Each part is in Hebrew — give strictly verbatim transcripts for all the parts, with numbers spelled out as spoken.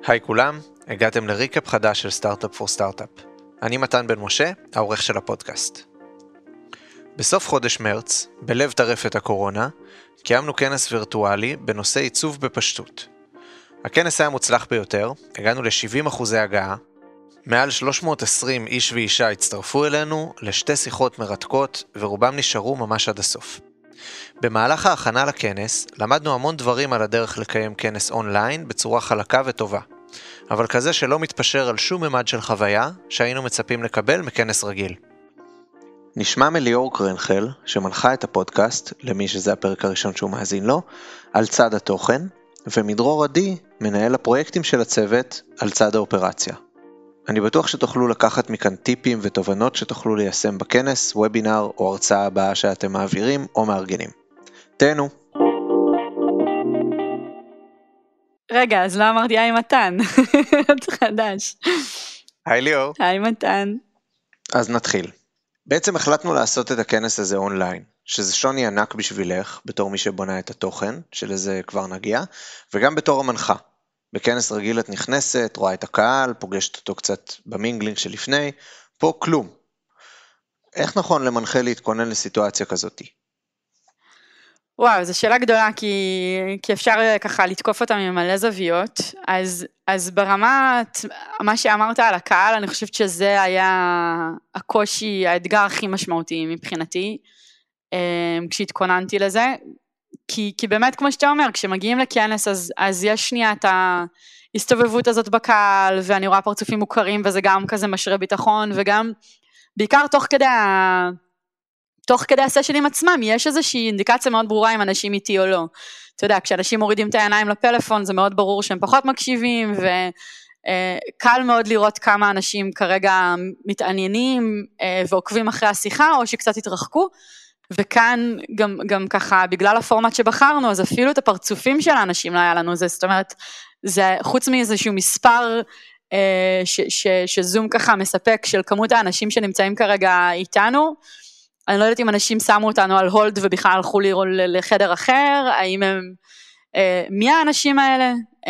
היי כולם, הגעתם לריקאפ חדש של סטארט-אפ פור סטארט-אפ. אני מתן בן משה, העורך של הפודקאסט. בסוף חודש מרץ, בלב טרפת הקורונה, קיימנו כנס וירטואלי בנושא עיצוב בפשטות. הכנס היה מוצלח ביותר, הגענו ל-שבעים אחוזי הגעה, מעל שלוש מאות ועשרים איש ואישה הצטרפו אלינו לשתי שיחות מרתקות ורובם נשארו ממש עד הסוף. במהלך ההכנה לכנס למדנו המון דברים על הדרך לקיים כנס אונליין בצורה חלקה וטובה, אבל כזה שלא מתפשר על שום ממד של חוויה שהיינו מצפים לקבל מכנס רגיל. נשמע מליאור קרנחל, שמנחה את הפודקאסט, למי שזה הפרק הראשון שהוא מאזין לו, על צד התוכן, ומדרור עדי, מנהל הפרויקטים של הצוות, על צד האופרציה. אני בטוח שתוכלו לקחת מכאן טיפים ותובנות שתוכלו ליישם בכנס, וובינר או הרצאה הבאה שאתם מעבירים או מארגנים. תהנו. רגע, אז לא אמרתי היי מתן, את חדש. היי ליאור. היי מתן. אז נתחיל. בעצם החלטנו לעשות את הכנס הזה אונליין, שזה שוני ענק בשבילך, בתור מי שבונה את התוכן, שלזה כבר נגיע, וגם בתור המנחה. בכנס רגיל את נכנסת, רואה את הקהל, פוגשת אותו קצת במינגלינג שלפני, פה כלום. איך נכון למנחה להתכונן לסיטואציה כזאת? וואו, זו שאלה גדולה, כי, כי אפשר ככה לתקוף אותה ממלא זוויות, אז, אז ברמה, מה שאמרת על הקהל, אני חושבת שזה היה הקושי, האתגר הכי משמעותי מבחינתי, כשהתכוננתי לזה, כי, כי באמת כמו שאתה אומר, כשמגיעים לכנס, אז, אז יש שנייה את ההסתובבות הזאת בקהל, ואני רואה פרצופים מוכרים, וזה גם כזה משרה ביטחון, וגם בעיקר תוך כדי ה... תוך כדי הסשנים עצמם, יש איזושהי אינדיקציה מאוד ברורה אם אנשים איתי או לא. אתה יודע, כשאנשים מורידים את העיניים לפלאפון, זה מאוד ברור שהם פחות מקשיבים, וקל מאוד לראות כמה אנשים כרגע מתעניינים, ועוקבים אחרי השיחה, או שקצת התרחקו, וכאן גם, גם ככה, בגלל הפורמט שבחרנו, אז אפילו את הפרצופים של האנשים לא היה לנו, זה, זאת אומרת, זה חוץ מאיזשהו מספר, ש, ש, שזום ככה מספק, של כמות האנשים שנמצאים כרגע איתנו, אני לא יודעת אם אנשים שמו אותנו על הולד ובכלל הלכו לחדר אחר, האם הם, מי האנשים האלה,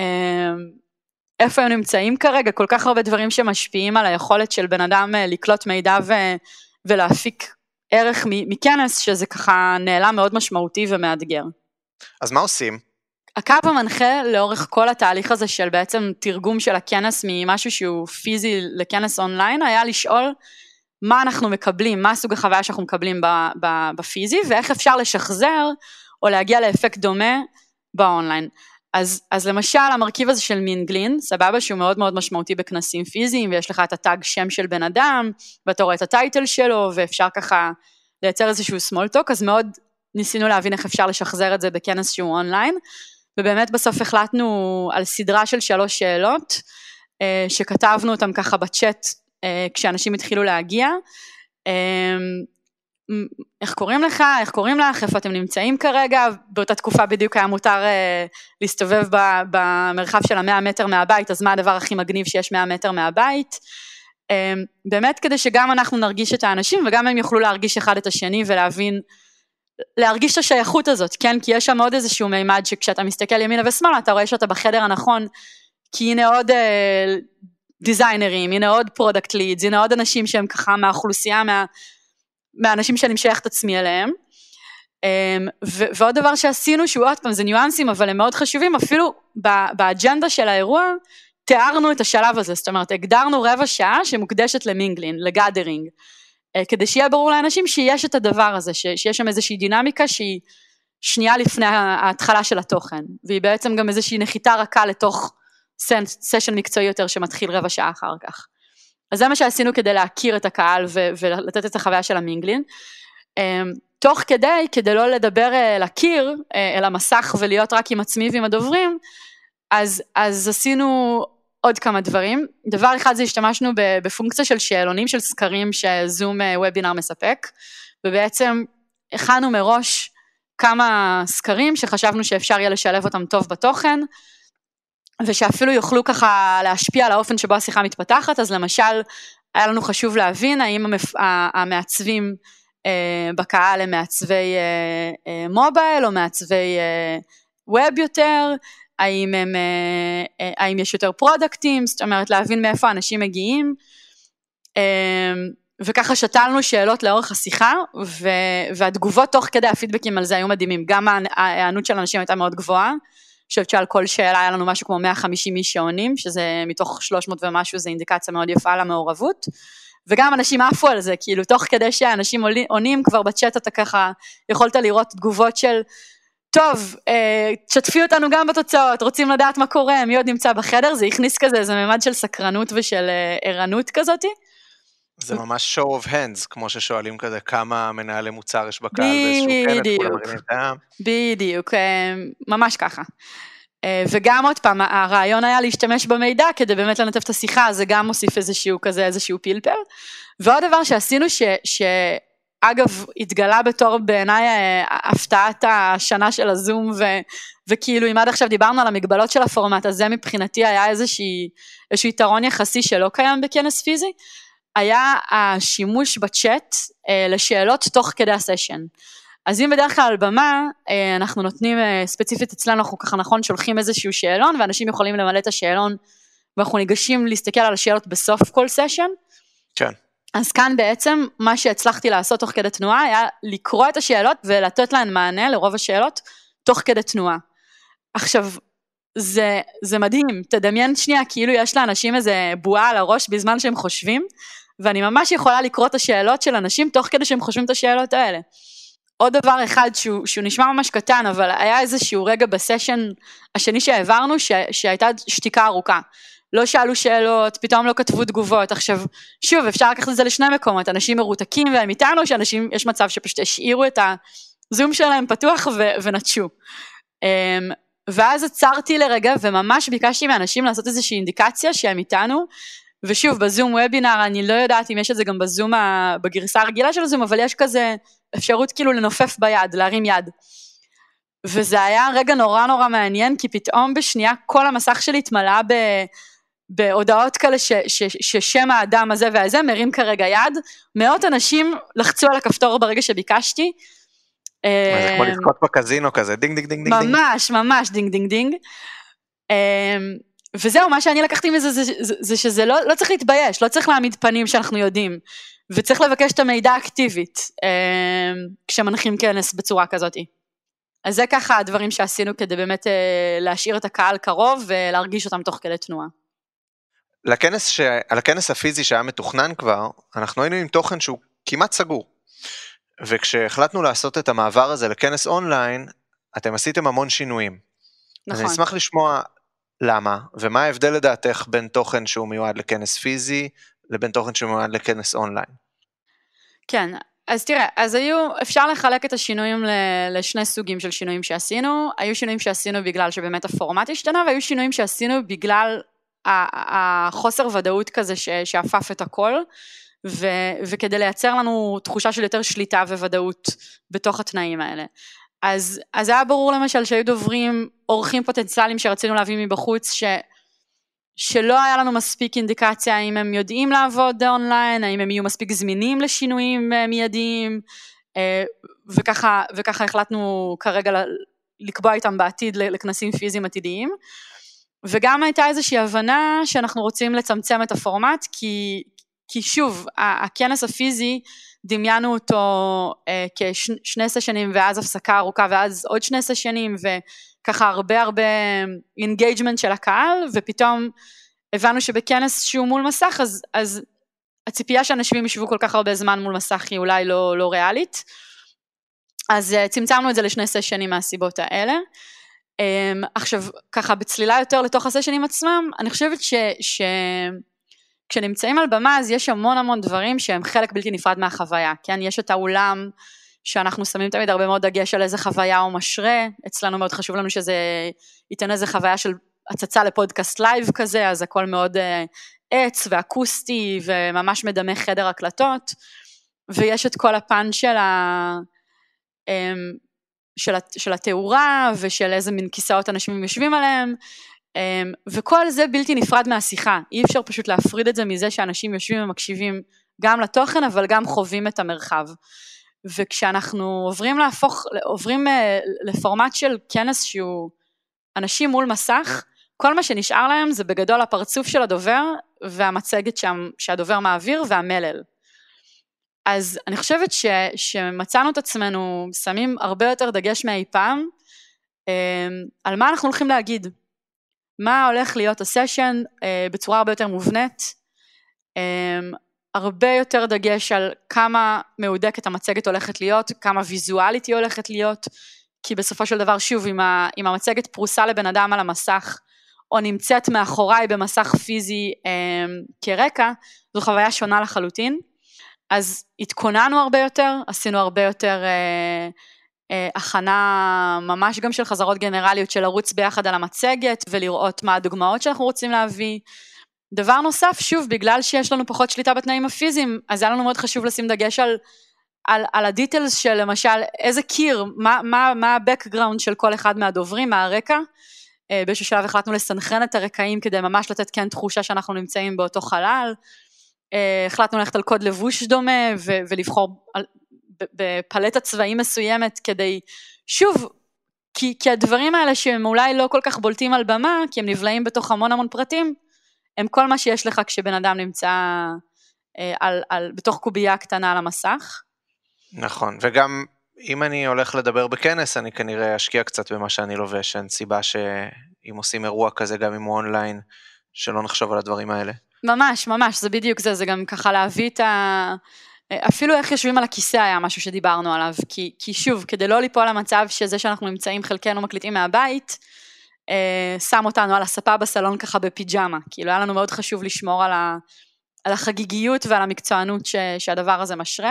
איפה הם נמצאים כרגע, כל כך הרבה דברים שמשפיעים על היכולת של בן אדם לקלוט מידע ו, ולהפיק ערך מכנס, שזה ככה נעלם מאוד משמעותי ומאתגר. אז מה עושים? הקו המנחה לאורך כל התהליך הזה של בעצם תרגום של הכנס ממשהו שהוא פיזי לכנס אונליין, היה לשאול, מה אנחנו מקבלים, מה סוג החוויה שאנחנו מקבלים בפיזי, ואיך אפשר לשחזר או להגיע לאפקט דומה באונליין. אז, אז למשל, המרכיב הזה של מינגלין, סבבה שהוא מאוד מאוד משמעותי בכנסים פיזיים, ויש לך את הטאג שם של בן אדם, ואתה רואה את הטייטל שלו, ואפשר ככה לייצר איזשהו small talk, אז מאוד ניסינו להבין איך אפשר לשחזר את זה בכנס שהוא אונליין, ובאמת בסוף החלטנו על סדרה של שלוש שאלות, שכתבנו אותם ככה בצ'אט, כשאנשים התחילו להגיע, איך קוראים לך, איך קוראים לך, איפה אתם נמצאים כרגע, באותה תקופה בדיוק היה מותר להסתובב במרחב של המאה מטר מהבית, אז מה הדבר הכי מגניב שיש מאה מטר מהבית, באמת כדי שגם אנחנו נרגיש את האנשים, וגם הם יוכלו להרגיש אחד את השני, ולהבין, להרגיש את השייכות הזאת, כן, כי יש שם עוד איזשהו מימד, שכשאתה מסתכל ימינה ושמאלה, אתה רואה שאתה בחדר הנכון, כי הנה עוד דיזיינרים, הנה עוד פרודקט לידס, הנה עוד אנשים שהם ככה מהאוכלוסייה, מה, מהאנשים שאני משייך את עצמי אליהם, ו, ועוד דבר שעשינו, שהוא עוד פעם, זה ניואנסים, אבל הם מאוד חשובים, אפילו באג'נדה של האירוע, תיארנו את השלב הזה, זאת אומרת, הגדרנו רבע שעה שמוקדשת למינגלין, לגאדרינג, כדי שיהיה ברור לאנשים שיש את הדבר הזה, שיש שם איזושהי דינמיקה שהיא שנייה לפני ההתחלה של התוכן, והיא בעצם גם איזושהי נחיתה רכה לתוך סשן מקצועי יותר שמתחיל רבע שעה אחר כך. אז זה מה שעשינו כדי להכיר את הקהל ו- ולתת את החוויה של המינגלין. תוך כדי, כדי לא לדבר לקיר, אל המסך ולהיות רק עם עצמי ועם הדוברים, אז, אז עשינו עוד כמה דברים. דבר אחד זה השתמשנו בפונקציה של שאלונים של סקרים שזום וובינר מספק, ובעצם הכנו מראש כמה סקרים שחשבנו שאפשר יהיה לשלב אותם טוב בתוכן, ושאפילו יוכלו ככה להשפיע על האופן שבו השיחה מתפתחת, אז למשל, היה לנו חשוב להבין האם המעצבים בקהל הם מעצבי מובייל, או מעצבי ווב יותר, האם, הם, האם יש יותר פרודקטים, זאת אומרת להבין מאיפה אנשים מגיעים, וככה שתלנו שאלות לאורך השיחה, והתגובות תוך כדי הפידבקים על זה היו מדהימים, גם הענות של אנשים הייתה מאוד גבוהה, אני חושבת שעל כל שאלה היה לנו משהו כמו מאה וחמישים איש שעונים, שזה מתוך שלוש מאות ומשהו, זה אינדיקציה מאוד יפה למעורבות, וגם אנשים עפו על זה, כאילו תוך כדי שהאנשים עונים, כבר בצ'אט אתה ככה יכולת לראות תגובות של, טוב, תשתפי אותנו גם בתוצאות, רוצים לדעת מה קורה, מי עוד נמצא בחדר, זה הכניס כזה, זה ממד של סקרנות ושל ערנות כזאת. זה ממש show of hands, כמו ששואלים כזה, כמה מנהלי מוצר יש בקהל, באיזשהו כנס, כולם מרימים את העם. בדיוק, ממש ככה. וגם עוד פעם, הרעיון היה להשתמש במידע, כדי באמת לנתף את השיחה, זה גם מוסיף איזשהו כזה, איזשהו פלפל. ועוד דבר שעשינו, ש, שאגב, התגלה בתור בעיניי, הפתעת השנה של הזום, ו, וכאילו, אם עד עכשיו דיברנו על המגבלות של הפורמט, אז זה מבחינתי היה איזשהו, איזשהו יתרון יחסי שלא קיים בכנס פיזי, היה השימוש בצ'אט לשאלות תוך כדי הסשן. אז אם בדרך כלל על במה, אנחנו נותנים, ספציפית אצלנו, אנחנו ככה נכון, שולחים איזשהו שאלון, ואנשים יכולים למלא את השאלון, ואנחנו ניגשים להסתכל על השאלות בסוף כל סשן. כן. אז כאן בעצם, מה שהצלחתי לעשות תוך כדי תנועה, היה לקרוא את השאלות, ולתת להן מענה לרוב השאלות, תוך כדי תנועה. עכשיו, זה, זה מדהים, תדמיין שנייה, כאילו יש לאנשים איזה בועה על הראש, בזמן שהם חושבים, ואני ממש יכולה לקרוא את השאלות של אנשים, תוך כדי שהם חושבים את השאלות האלה. עוד דבר אחד שהוא, שהוא נשמע ממש קטן, אבל היה איזשהו רגע בסשן השני שהעברנו, ש, שהייתה שתיקה ארוכה. לא שאלו שאלות, פתאום לא כתבו תגובות. עכשיו, שוב, אפשר לקחת את זה לשני מקומות, אנשים מרותקים והם איתנו, שאנשים, יש מצב שפשוט השאירו את הזום שלהם פתוח ו, ונטשו. ואז עצרתי לרגע, וממש ביקשתי מאנשים לעשות איזושהי אינדיקציה שהם איתנו, ושוב, בזום וובינר, אני לא יודעת אם יש את זה גם בזום, בגרסה הרגילה של הזום, אבל יש כזה אפשרות כאילו לנופף ביד, להרים יד. וזה היה רגע נורא נורא מעניין, כי פתאום בשנייה כל המסך שלי התמלא ב, בהודעות כאלה ש, ש, ששם האדם הזה והזה מרים כרגע יד, מאות אנשים לחצו על הכפתור ברגע שביקשתי. זה כמו לזכות בקזינו כזה, דינג דינג דינג דינג. ממש, ממש דינג דינג דינג. וזהו, מה שאני לקחתי מזה, זה, זה, זה שזה לא, לא צריך להתבייש, לא צריך להעמיד פנים שאנחנו יודעים, וצריך לבקש את המידע אקטיבית, אה, כשמנחים כנס בצורה כזאת. אז זה ככה הדברים שעשינו, כדי באמת אה, להשאיר את הקהל קרוב, ולהרגיש אותם תוך כדי תנועה. לכנס ש... על הכנס הפיזי שהיה מתוכנן כבר, אנחנו היינו עם תוכן שהוא כמעט סגור, וכשהחלטנו לעשות את המעבר הזה לכנס אונליין, אתם עשיתם המון שינויים. נכון. אז אני אשמח לשמוע למה, ומה ההבדל לדעתך בין תוכן שהוא מיועד לכנס פיזי, לבין תוכן שהוא מיועד לכנס אונליין? כן, אז תראה, אז היו, אפשר לחלק את השינויים לשני סוגים של שינויים שעשינו, היו שינויים שעשינו בגלל שבאמת הפורמט השתנה, והיו שינויים שעשינו בגלל החוסר ודאות כזה שאפף את הכל, ו, וכדי לייצר לנו תחושה של יותר שליטה וודאות בתוך התנאים האלה. אז, אז היה ברור למשל שהיו דוברים, אורחים פוטנציאליים שרצינו להביא מבחוץ, ש, שלא היה לנו מספיק אינדיקציה האם הם יודעים לעבוד אונליין, האם הם יהיו מספיק זמינים לשינויים מיידיים, וככה, וככה החלטנו כרגע לקבוע איתם בעתיד לכנסים פיזיים עתידיים, וגם הייתה איזושהי הבנה שאנחנו רוצים לצמצם את הפורמט, כי, כי שוב, הכנס הפיזי, דמיינו אותו אה, כשני סשנים, ואז הפסקה ארוכה, ואז עוד שני סשנים, וככה הרבה הרבה אינגייג'מנט של הקהל, ופתאום הבנו שבכנס שהוא מול מסך, אז, אז הציפייה שאנשים ישבו כל כך הרבה זמן מול מסך, היא אולי לא, לא ריאלית, אז אה, צמצמנו את זה לשני סשנים מהסיבות האלה. אה, עכשיו, ככה בצלילה יותר לתוך הסשנים עצמם, אני חושבת ש... ש כשנמצאים על במה, אז יש המון המון דברים שהם חלק בלתי נפרד מהחוויה, כן? יש את האולם שאנחנו שמים תמיד הרבה מאוד דגש על איזה חוויה או משרה, אצלנו מאוד חשוב לנו שזה ייתן איזה חוויה של הצצה לפודקאסט לייב כזה, אז הכל מאוד עץ ואקוסטי וממש מדמה חדר הקלטות, ויש את כל הפן של, ה... של, ה... של התאורה ושל איזה מין כיסאות אנשים יושבים עליהם, וכל זה בלתי נפרד מהשיחה, אי אפשר פשוט להפריד את זה מזה שאנשים יושבים ומקשיבים גם לתוכן, אבל גם חווים את המרחב. וכשאנחנו עוברים להפוך, עוברים לפורמט של כנס שהוא אנשים מול מסך, כל מה שנשאר להם זה בגדול הפרצוף של הדובר, והמצגת שם, שהדובר מעביר, והמלל. אז אני חושבת ש, שמצאנו את עצמנו, שמים הרבה יותר דגש מאי פעם, על מה אנחנו הולכים להגיד, מה הולך להיות הסשן, בצורה הרבה יותר מובנית, הרבה יותר דגש על כמה מהודקת המצגת הולכת להיות, כמה ויזואלית היא הולכת להיות, כי בסופו של דבר שוב, אם, ה, אם המצגת פרוסה לבן אדם על המסך, או נמצאת מאחוריי במסך פיזי אה, כרקע, זו חוויה שונה לחלוטין, אז התכוננו הרבה יותר, עשינו הרבה יותר אה, אה, הכנה ממש גם של חזרות גנרליות, של לרוץ ביחד על המצגת, ולראות מה הדוגמאות שאנחנו רוצים להביא, דבר נוסף, שוב, בגלל שיש לנו פחות שליטה בתנאים הפיזיים, אז היה לנו מאוד חשוב לשים דגש על, על, על הדיטלס של למשל, איזה קיר, מה, מה, מה הבקגראונד של כל אחד מהדוברים, מה הרקע, באיזשהו שלב החלטנו לסנכרן את הרקעים, כדי ממש לתת כן תחושה שאנחנו נמצאים באותו חלל, החלטנו ללכת על קוד לבוש דומה, ו- ולבחור על, בפלטת צבעים מסוימת, כדי, שוב, כי, כי הדברים האלה שהם אולי לא כל כך בולטים על במה, כי הם נבלעים בתוך המון המון פרטים, הם כל מה שיש לך כשבן אדם נמצא אה, על, על, בתוך קובייה קטנה על המסך. נכון, וגם אם אני הולך לדבר בכנס, אני כנראה אשקיע קצת במה שאני לובש, אין סיבה שאם עושים אירוע כזה, גם אם הוא אונליין, שלא נחשוב על הדברים האלה. ממש, ממש, זה בדיוק זה, זה גם ככה להביא את ה... אפילו איך יושבים על הכיסא היה משהו שדיברנו עליו, כי, כי שוב, כדי לא ליפול למצב שזה שאנחנו נמצאים חלקנו מקליטים מהבית, שם אותנו על הספה בסלון ככה בפיג'מה, כאילו היה לנו מאוד חשוב לשמור על, ה, על החגיגיות ועל המקצוענות ש, שהדבר הזה משרה.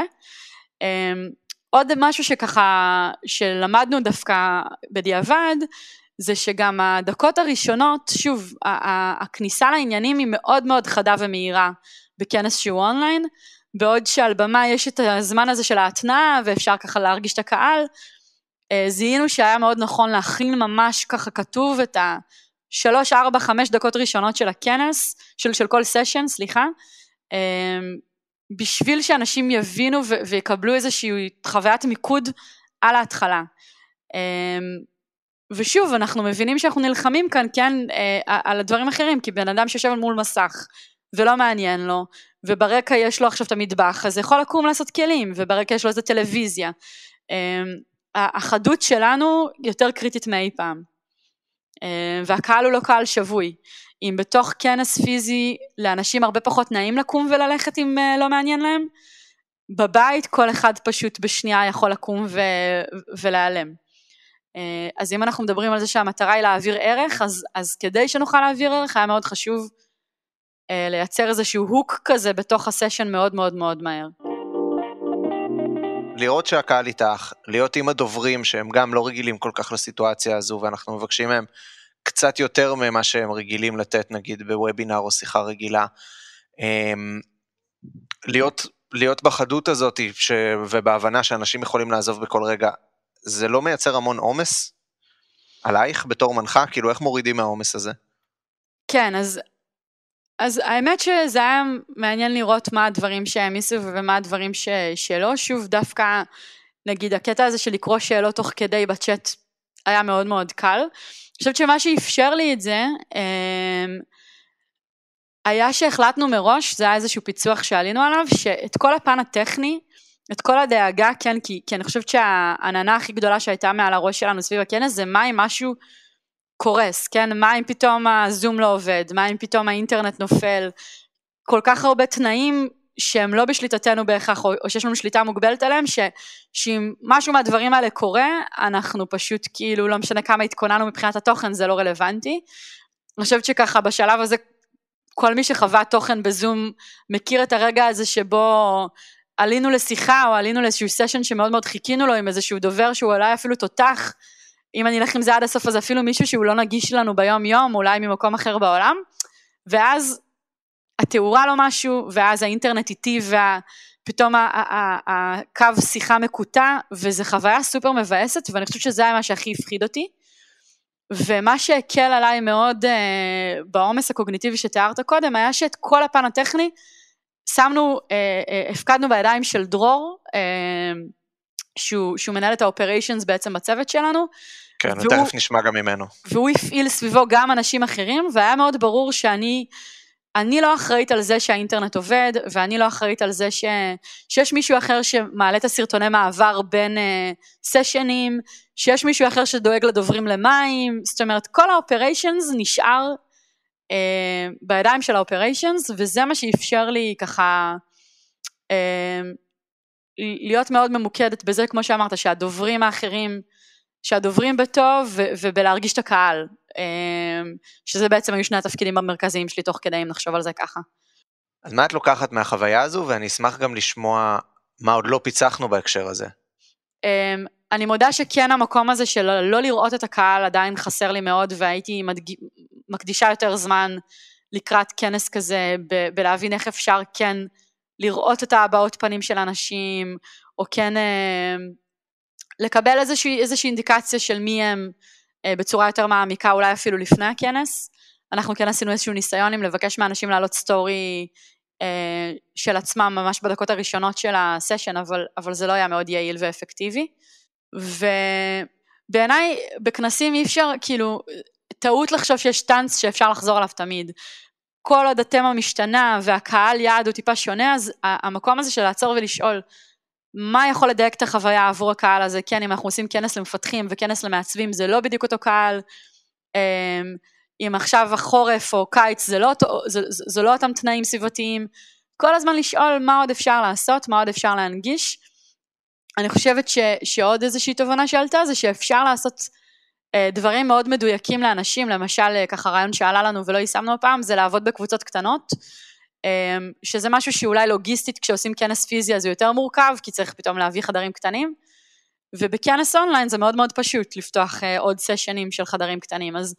עוד משהו שככה, שלמדנו דווקא בדיעבד, זה שגם הדקות הראשונות, שוב, הכניסה לעניינים היא מאוד מאוד חדה ומהירה בכנס שהוא אונליין, בעוד שעל במה יש את הזמן הזה של ההתנעה, ואפשר ככה להרגיש את הקהל, זיהינו שהיה מאוד נכון להכין ממש ככה כתוב את השלוש, ארבע, חמש דקות ראשונות של הכנס, של, של כל סשן, סליחה, בשביל שאנשים יבינו ו- ויקבלו איזושהי חוויית מיקוד על ההתחלה. ושוב, אנחנו מבינים שאנחנו נלחמים כאן, כן, על הדברים אחרים, כי בן אדם שיושב מול מסך, ולא מעניין לו, וברקע יש לו עכשיו את המטבח, אז יכול לקום לעשות כלים, וברקע יש לו איזו טלוויזיה. החדות שלנו יותר קריטית מאי פעם, והקהל הוא לא קהל שבוי. אם בתוך כנס פיזי לאנשים הרבה פחות נעים לקום וללכת אם לא מעניין להם, בבית כל אחד פשוט בשנייה יכול לקום ו- ולהיעלם. אז אם אנחנו מדברים על זה שהמטרה היא להעביר ערך, אז, אז כדי שנוכל להעביר ערך היה מאוד חשוב לייצר איזשהו הוק כזה בתוך הסשן מאוד מאוד מאוד מהר. לראות שהקהל איתך, להיות עם הדוברים שהם גם לא רגילים כל כך לסיטואציה הזו, ואנחנו מבקשים מהם קצת יותר ממה שהם רגילים לתת, נגיד בוובינר או שיחה רגילה, להיות, להיות בחדות הזאת ש... ובהבנה שאנשים יכולים לעזוב בכל רגע, זה לא מייצר המון עומס עלייך בתור מנחה? כאילו איך מורידים מהעומס הזה? כן, אז, אז האמת שזה היה מעניין לראות מה הדברים שהעמיסו ומה הדברים ש... שלא, שוב דווקא נגיד הקטע הזה של לקרוא שאלות תוך כדי בצ'אט היה מאוד מאוד קל, אני חושבת שמה שאפשר לי את זה, היה שהחלטנו מראש, זה היה איזשהו פיצוח שעלינו עליו, שאת כל הפן הטכני, את כל הדאגה, כן, כי, כי אני חושבת שהעננה הכי גדולה שהייתה מעל הראש שלנו סביב הכנס, זה מה אם משהו קורס, כן, מה אם פתאום הזום לא עובד, מה אם פתאום האינטרנט נופל, כל כך הרבה תנאים שהם לא בשליטתנו בהכרח, או, או שיש לנו שליטה מוגבלת עליהם, ש, שאם משהו מהדברים האלה קורה, אנחנו פשוט כאילו לא משנה כמה התכוננו מבחינת התוכן, זה לא רלוונטי. אני חושבת שככה בשלב הזה, כל מי שחווה תוכן בזום, מכיר את הרגע הזה שבו עלינו לשיחה, או עלינו לאיזשהו סשן שמאוד מאוד חיכינו לו, עם איזשהו דובר שהוא אולי אפילו תותח, אם אני אלך עם זה עד הסוף, אז אפילו מישהו שהוא לא נגיש לנו ביום יום, אולי ממקום אחר בעולם, ואז התאורה לא משהו, ואז האינטרנט איתי, ופתאום הקו שיחה מקוטע, וזה חוויה סופר מבאסת, ואני חושבת שזה היה מה שהכי הפחיד אותי, ומה שהקל עליי מאוד אה, בעומס הקוגניטיבי שתיארת קודם, היה שאת כל הפן הטכני, שמנו, אה, אה, הפקדנו בידיים של דרור, אה, שהוא, שהוא מנהל את האופריישנס בעצם בצוות שלנו, כן, והוא, ותכף נשמע גם ממנו. והוא הפעיל סביבו גם אנשים אחרים, והיה מאוד ברור שאני, אני לא אחראית על זה שהאינטרנט עובד, ואני לא אחראית על זה ש, שיש מישהו אחר שמעלה את הסרטוני מעבר בין uh, סשנים, שיש מישהו אחר שדואג לדוברים למים, זאת אומרת, כל האופריישנס נשאר uh, בידיים של האופריישנס, וזה מה שאפשר לי ככה, uh, להיות מאוד ממוקדת בזה, כמו שאמרת, שהדוברים האחרים, שהדוברים בטוב ו- ובלהרגיש את הקהל, שזה בעצם היו שני התפקידים המרכזיים שלי תוך כדי, אם נחשוב על זה ככה. אז מה את לוקחת מהחוויה הזו, ואני אשמח גם לשמוע מה עוד לא פיצחנו בהקשר הזה. אני מודה שכן המקום הזה של לא לראות את הקהל עדיין חסר לי מאוד, והייתי מדג... מקדישה יותר זמן לקראת כנס כזה, ב- בלהבין איך אפשר כן לראות את הבעות פנים של אנשים, או כן לקבל איזושהי, איזושהי אינדיקציה של מי הם, בצורה יותר מעמיקה, אולי אפילו לפני הכנס. אנחנו כן עשינו איזשהו ניסיון עם לבקש מאנשים לעלות סטורי אה, של עצמם, ממש בדקות הראשונות של הסשן, אבל, אבל זה לא היה מאוד יעיל ואפקטיבי. ובעיניי, בכנסים אי אפשר, כאילו, טעות לחשוב שיש טנץ שאפשר לחזור עליו תמיד. כל עוד התמה משתנה, והקהל יעד הוא טיפה שונה, אז המקום הזה של לעצור ולשאול, מה יכול לדייק את החוויה עבור הקהל הזה? כן, אם אנחנו עושים כנס למפתחים וכנס למעצבים, זה לא בדיוק אותו קהל. אם עכשיו החורף או קיץ, זה לא, זה, זה, זה לא אותם תנאים סביבתיים. כל הזמן לשאול מה עוד אפשר לעשות, מה עוד אפשר להנגיש. אני חושבת ש, שעוד איזושהי תובנה שעלתה, זה שאפשר לעשות דברים מאוד מדויקים לאנשים, למשל, ככה רעיון שעלה לנו ולא יישמנו הפעם, זה לעבוד בקבוצות קטנות, שזה משהו שאולי לוגיסטית כשעושים כנס פיזי אז הוא יותר מורכב, כי צריך פתאום להביא חדרים קטנים, ובכנס אונליין זה מאוד מאוד פשוט לפתוח עוד סשנים של חדרים קטנים, אז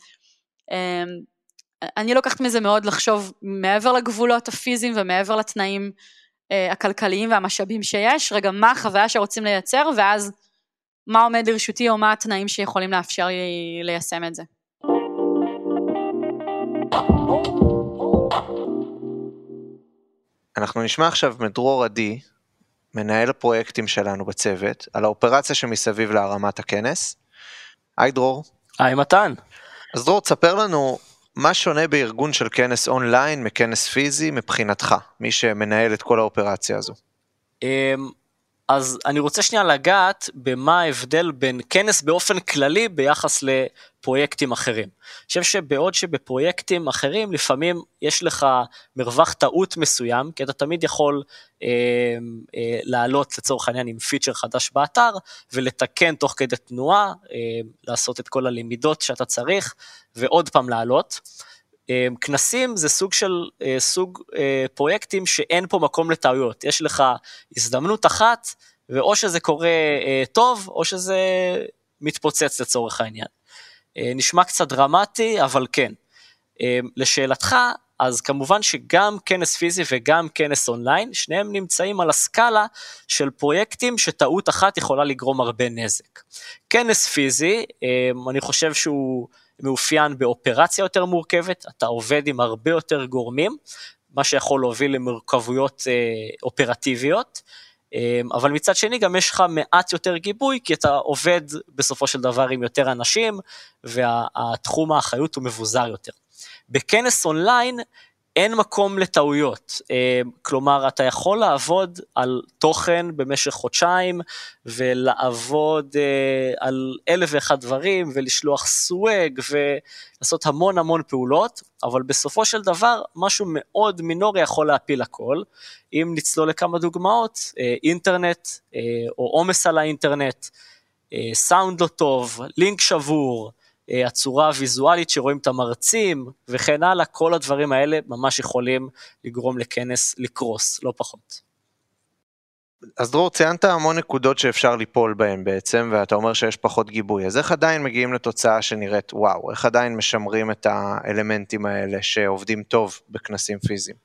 אני לוקחת מזה מאוד לחשוב מעבר לגבולות הפיזיים ומעבר לתנאים הכלכליים והמשאבים שיש, רגע מה החוויה שרוצים לייצר, ואז מה עומד לרשותי או מה התנאים שיכולים לאפשר לי ליישם את זה. אנחנו נשמע עכשיו מדרור עדי, מנהל הפרויקטים שלנו בצוות, על האופרציה שמסביב להרמת הכנס. היי דרור. היי מתן. אז דרור, תספר לנו מה שונה בארגון של כנס אונליין מכנס פיזי מבחינתך, מי שמנהל את כל האופרציה הזו. אז אני רוצה שנייה לגעת במה ההבדל בין כנס באופן כללי ביחס לפרויקטים אחרים. אני חושב שבעוד שבפרויקטים אחרים לפעמים יש לך מרווח טעות מסוים, כי אתה תמיד יכול אה, אה, לעלות לצורך העניין עם פיצ'ר חדש באתר, ולתקן תוך כדי תנועה, אה, לעשות את כל הלמידות שאתה צריך, ועוד פעם לעלות. אה, כנסים זה סוג של אה, סוג אה, פרויקטים שאין פה מקום לטעויות, יש לך הזדמנות אחת, ואו שזה קורה אה, טוב, או שזה מתפוצץ לצורך העניין. אה, נשמע קצת דרמטי, אבל כן. אה, לשאלתך, אז כמובן שגם כנס פיזי וגם כנס אונליין, שניהם נמצאים על הסקאלה של פרויקטים שטעות אחת יכולה לגרום הרבה נזק. כנס פיזי, אה, אני חושב שהוא מאופיין באופרציה יותר מורכבת, אתה עובד עם הרבה יותר גורמים, מה שיכול להוביל למורכבויות אה, אופרטיביות, אה, אבל מצד שני גם יש לך מעט יותר גיבוי, כי אתה עובד בסופו של דבר עם יותר אנשים, והתחום האחריות הוא מבוזר יותר. בכנס אונליין אין מקום לטעויות, כלומר אתה יכול לעבוד על תוכן במשך חודשיים, ולעבוד על אלף ואחד דברים, ולשלוח סווג, ולעשות המון המון פעולות, אבל בסופו של דבר משהו מאוד מינורי יכול להפיל הכל, אם נצלול לכמה דוגמאות, אינטרנט, או עומס על האינטרנט, סאונד לא טוב, לינק שבור, הצורה הוויזואלית שרואים את המרצים וכן הלאה, כל הדברים האלה ממש יכולים לגרום לכנס לקרוס, לא פחות. אז דרור, ציינת המון נקודות שאפשר ליפול בהן בעצם, ואתה אומר שיש פחות גיבוי, אז איך עדיין מגיעים לתוצאה שנראית וואו, איך עדיין משמרים את האלמנטים האלה שעובדים טוב בכנסים פיזיים?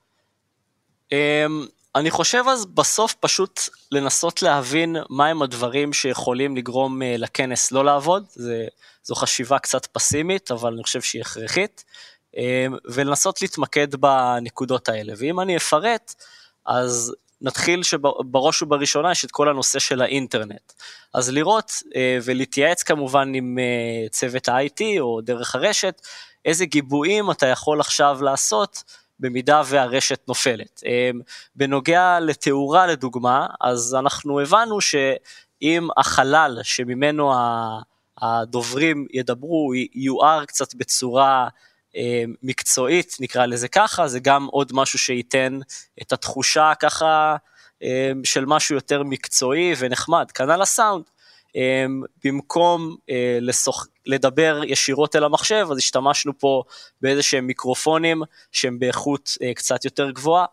אני חושב אז בסוף פשוט לנסות להבין מהם הדברים שיכולים לגרום לכנס לא לעבוד, זה, זו חשיבה קצת פסימית, אבל אני חושב שהיא הכרחית, ולנסות להתמקד בנקודות האלה. ואם אני אפרט, אז נתחיל שבראש ובראשונה יש את כל הנושא של האינטרנט. אז לראות ולהתייעץ כמובן עם צוות ה-איי טי או דרך הרשת, איזה גיבויים אתה יכול עכשיו לעשות במידה והרשת נופלת. בנוגע לתאורה לדוגמה, אז אנחנו הבנו שאם החלל שממנו הדוברים ידברו, יואר קצת בצורה מקצועית, נקרא לזה ככה, זה גם עוד משהו שייתן את התחושה ככה של משהו יותר מקצועי ונחמד. כנ"ל הסאונד, במקום לשוח... לדבר ישירות אל המחשב, אז השתמשנו פה באיזה שהם מיקרופונים שהם באיכות קצת יותר גבוהה,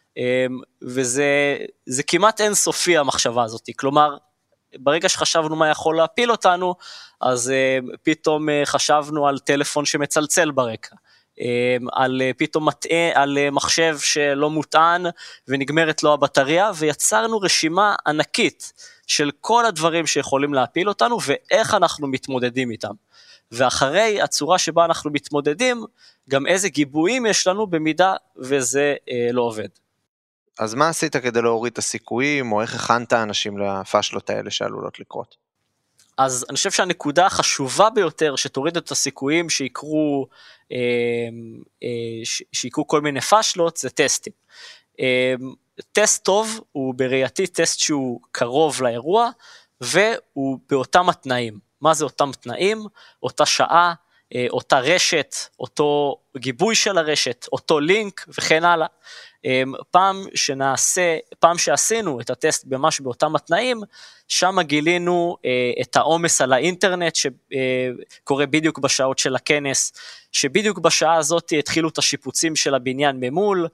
וזה זה כמעט אינסופי המחשבה הזאת, כלומר, ברגע שחשבנו מה יכול להפיל אותנו, אז פתאום חשבנו על טלפון שמצלצל ברקע, על פתאום מטעה, על מחשב שלא מוטען ונגמרת לו הבטריה, ויצרנו רשימה ענקית של כל הדברים שיכולים להפיל אותנו ואיך אנחנו מתמודדים איתם. ואחרי הצורה שבה אנחנו מתמודדים, גם איזה גיבויים יש לנו במידה וזה אה, לא עובד. אז מה עשית כדי להוריד את הסיכויים, או איך הכנת אנשים לפשלות האלה שעלולות לקרות? אז אני חושב שהנקודה החשובה ביותר שתוריד את הסיכויים שיקרו, אה, אה, שיקרו כל מיני פשלות, זה טסטים. אה, טסט טוב הוא בראייתי טסט שהוא קרוב לאירוע, והוא באותם התנאים. מה זה אותם תנאים? אותה שעה, אותה רשת, אותו גיבוי של הרשת, אותו לינק וכן הלאה. פעם שנעשה, פעם שעשינו את הטסט ממש באותם התנאים, שם גילינו את העומס על האינטרנט שקורה בדיוק בשעות של הכנס, שבדיוק בשעה הזאת התחילו את השיפוצים של הבניין ממול,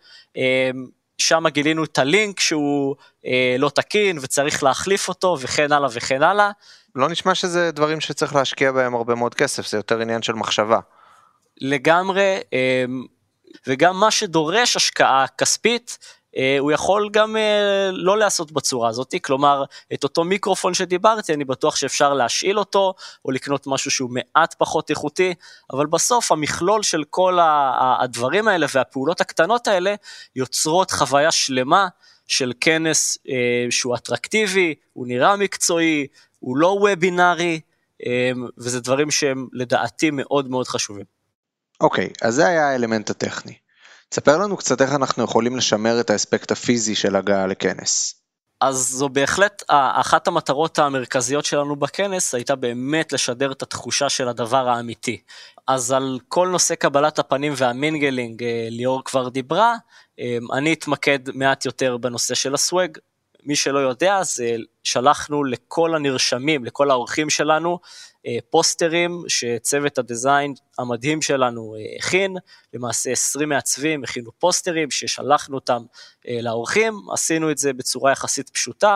שם גילינו את הלינק שהוא אה, לא תקין וצריך להחליף אותו וכן הלאה וכן הלאה. לא נשמע שזה דברים שצריך להשקיע בהם הרבה מאוד כסף, זה יותר עניין של מחשבה. לגמרי, אה, וגם מה שדורש השקעה כספית, אה, הוא יכול גם אה, לא לעשות בצורה הזאת, כלומר את אותו מיקרופון שדיברתי, אני בטוח שאפשר להשאיל אותו, או לקנות משהו שהוא מעט פחות איכותי, אבל בסוף המכלול של כל הדברים האלה והפעולות הקטנות האלה, יוצרות חוויה שלמה של כנס אה, שהוא אטרקטיבי, הוא נראה מקצועי, הוא לא וובינרי, אה, וזה דברים שהם לדעתי מאוד מאוד חשובים. אוקיי, אז זה היה האלמנט הטכני. תספר לנו קצת איך אנחנו יכולים לשמר את האספקט הפיזי של הגעה לכנס. אז זו בהחלט, אחת המטרות המרכזיות שלנו בכנס, הייתה באמת לשדר את התחושה של הדבר האמיתי. אז על כל נושא קבלת הפנים והמינגלינג, ליאור כבר דיברה, אני אתמקד מעט יותר בנושא של הסווג. מי שלא יודע, זה שלחנו לכל הנרשמים, לכל האורחים שלנו, פוסטרים שצוות הדיזיין המדהים שלנו הכין, למעשה עשרים מעצבים הכינו פוסטרים ששלחנו אותם לאורחים, עשינו את זה בצורה יחסית פשוטה,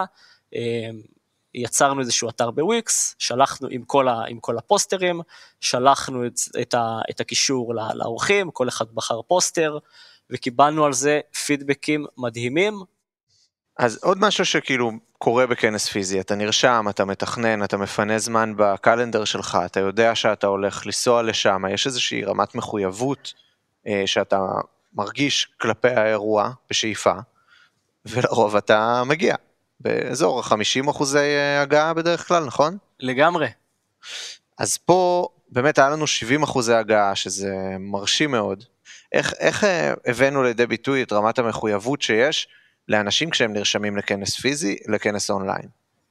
יצרנו איזשהו אתר בוויקס, שלחנו עם כל, ה, עם כל הפוסטרים, שלחנו את, את, ה, את הקישור לאורחים, כל אחד בחר פוסטר, וקיבלנו על זה פידבקים מדהימים. אז עוד משהו שכאילו קורה בכנס פיזי, אתה נרשם, אתה מתכנן, אתה מפנה זמן בקלנדר שלך, אתה יודע שאתה הולך לנסוע לשם, יש איזושהי רמת מחויבות אה, שאתה מרגיש כלפי האירוע בשאיפה, ולרוב אתה מגיע, באזור חמישים אחוזי הגעה בדרך כלל, נכון? לגמרי. אז פה באמת היה לנו שבעים אחוזי הגעה, שזה מרשים מאוד. איך, איך הבאנו לידי ביטוי את רמת המחויבות שיש, לאנשים כשהם נרשמים לכנס פיזי, לכנס אונליין?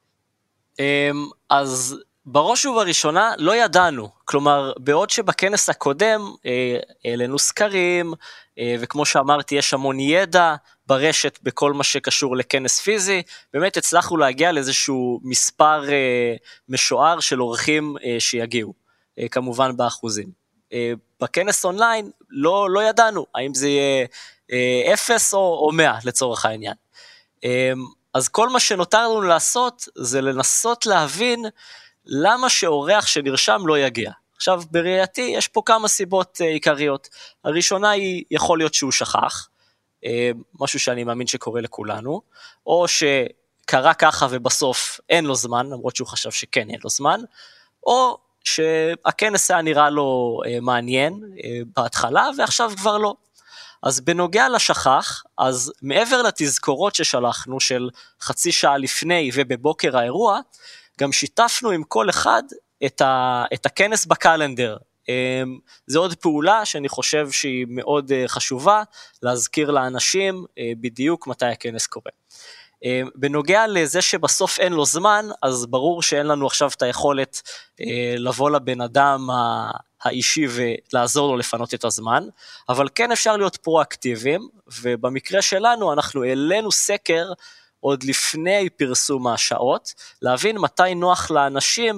אז בראש ובראשונה לא ידענו, כלומר בעוד שבכנס הקודם העלינו סקרים, וכמו שאמרתי יש המון ידע ברשת בכל מה שקשור לכנס פיזי, באמת הצלחנו להגיע לאיזשהו מספר משוער של אורחים שיגיעו, כמובן באחוזים. בכנס אונליין לא, לא ידענו, האם זה יהיה אפס או מאה לצורך העניין. אז כל מה שנותר לנו לעשות זה לנסות להבין למה שאורח שנרשם לא יגיע. עכשיו בראייתי יש פה כמה סיבות עיקריות. הראשונה היא יכול להיות שהוא שכח, משהו שאני מאמין שקורה לכולנו, או שקרה ככה ובסוף אין לו זמן, למרות שהוא חשב שכן אין לו זמן, או שהכנס היה נראה לו מעניין בהתחלה ועכשיו כבר לא. אז בנוגע לשכח, אז מעבר לתזכורות ששלחנו של חצי שעה לפני ובבוקר האירוע, גם שיתפנו עם כל אחד את, ה, את הכנס בקלנדר. זו עוד פעולה שאני חושב שהיא מאוד חשובה, להזכיר לאנשים בדיוק מתי הכנס קורה. בנוגע לזה שבסוף אין לו זמן, אז ברור שאין לנו עכשיו את היכולת לבוא לבן אדם האישי ולעזור לו לפנות את הזמן, אבל כן אפשר להיות פרואקטיביים, ובמקרה שלנו אנחנו העלינו סקר עוד לפני פרסום השעות, להבין מתי נוח לאנשים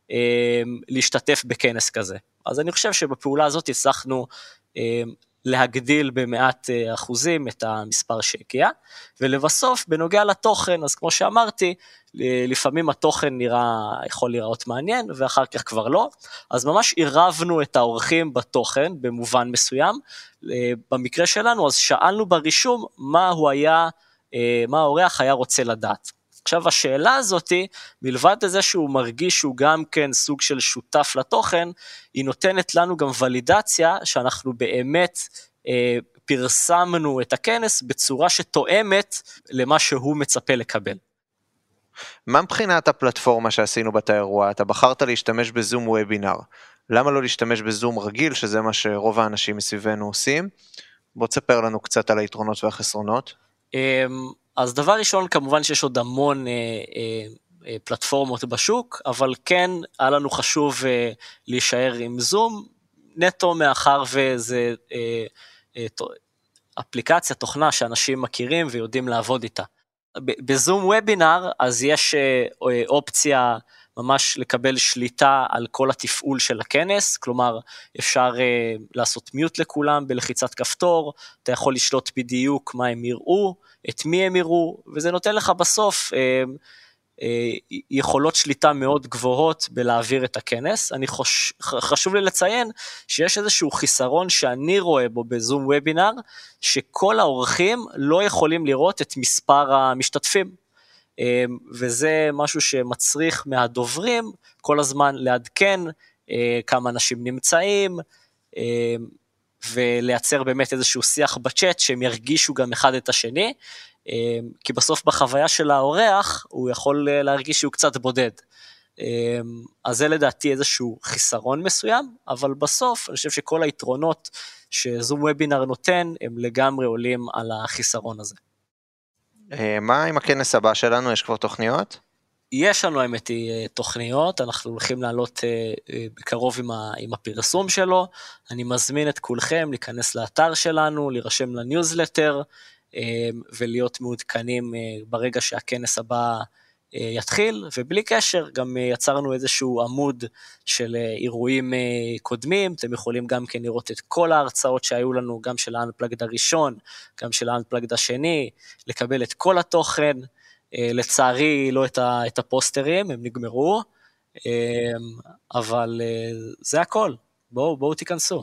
להשתתף בכנס כזה. אז אני חושב שבפעולה הזאת הצלחנו להגדיל במעט אחוזים את המספר שהגיע, ולבסוף בנוגע לתוכן, אז כמו שאמרתי, לפעמים התוכן נראה, יכול להיראות מעניין, ואחר כך כבר לא, אז ממש עירבנו את האורחים בתוכן, במובן מסוים, במקרה שלנו, אז שאלנו ברישום, מה הוא היה, מה האורח היה רוצה לדעת. עכשיו השאלה הזאת, מלבד לזה שהוא מרגיש שהוא גם כן סוג של שותף לתוכן, היא נותנת לנו גם ולידציה שאנחנו באמת אה, פרסמנו את הכנס בצורה שתואמת למה שהוא מצפה לקבל. מה מבחינת הפלטפורמה שעשינו באותה אירוע? אתה בחרת להשתמש בזום וובינר. למה לא להשתמש בזום רגיל, שזה מה שרוב האנשים מסביבנו עושים? בוא תספר לנו קצת על היתרונות והחסרונות. אה, אז דבר ראשון, כמובן שיש עוד המון אה, אה, פלטפורמות בשוק, אבל כן, היה לנו חשוב אה, להישאר עם זום, נטו מאחר וזה אה, אה, אפליקציה, תוכנה שאנשים מכירים ויודעים לעבוד איתה. בזום וובינר, אז יש אה, אופציה ממש לקבל שליטה על כל התפעול של הכנס, כלומר אפשר אה, לעשות מיוט לכולם בלחיצת כפתור, אתה יכול לשלוט בדיוק מה הם יראו, את מי הם יראו, וזה נותן לך בסוף אה, אה, יכולות שליטה מאוד גבוהות בלהעביר את הכנס. אני חוש, חשוב לי לציין שיש איזשהו חיסרון שאני רואה בו בזום וובינר, שכל האורחים לא יכולים לראות את מספר המשתתפים. וזה משהו שמצריך מהדוברים כל הזמן לעדכן כמה אנשים נמצאים, ולייצר באמת איזשהו שיח בצ'אט שהם ירגישו גם אחד את השני, כי בסוף בחוויה של האורח הוא יכול להרגיש שהוא קצת בודד. אז זה לדעתי איזשהו חיסרון מסוים, אבל בסוף אני חושב שכל היתרונות שזום וובינר נותן הם לגמרי עולים על החיסרון הזה. מה עם הכנס הבא שלנו? יש כבר תוכניות? יש לנו האמת תוכניות, אנחנו הולכים לעלות בקרוב עם, ה, עם הפרסום שלו, אני מזמין את כולכם להיכנס לאתר שלנו, להירשם לניוזלטר, ולהיות מעודכנים ברגע שהכנס הבא יתחיל, ובלי קשר גם יצרנו איזשהו עמוד של אירועים קודמים, אתם יכולים גם כן לראות את כל ההרצאות שהיו לנו, גם של האנפלגד הראשון, גם של האנפלגד השני, לקבל את כל התוכן, לצערי לא את הפוסטרים, הם נגמרו, אבל זה הכל, בואו, בואו תיכנסו.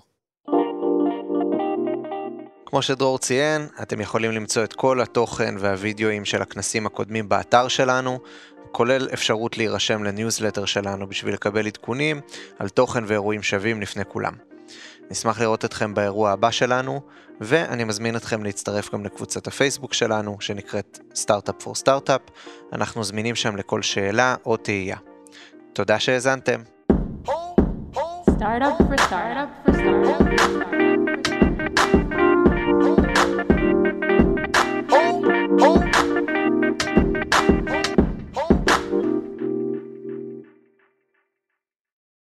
כמו שדרור ציין, אתם יכולים למצוא את כל התוכן והווידאוים של הכנסים הקודמים באתר שלנו, כולל אפשרות להירשם לניוזלטר שלנו בשביל לקבל עדכונים על תוכן ואירועים שווים לפני כולם. נשמח לראות אתכם באירוע הבא שלנו, ואני מזמין אתכם להצטרף גם לקבוצת הפייסבוק שלנו, שנקראת Startup for Startup. אנחנו זמינים שם לכל שאלה או תהייה. תודה שהאזנתם. Startup for Startup for Startup.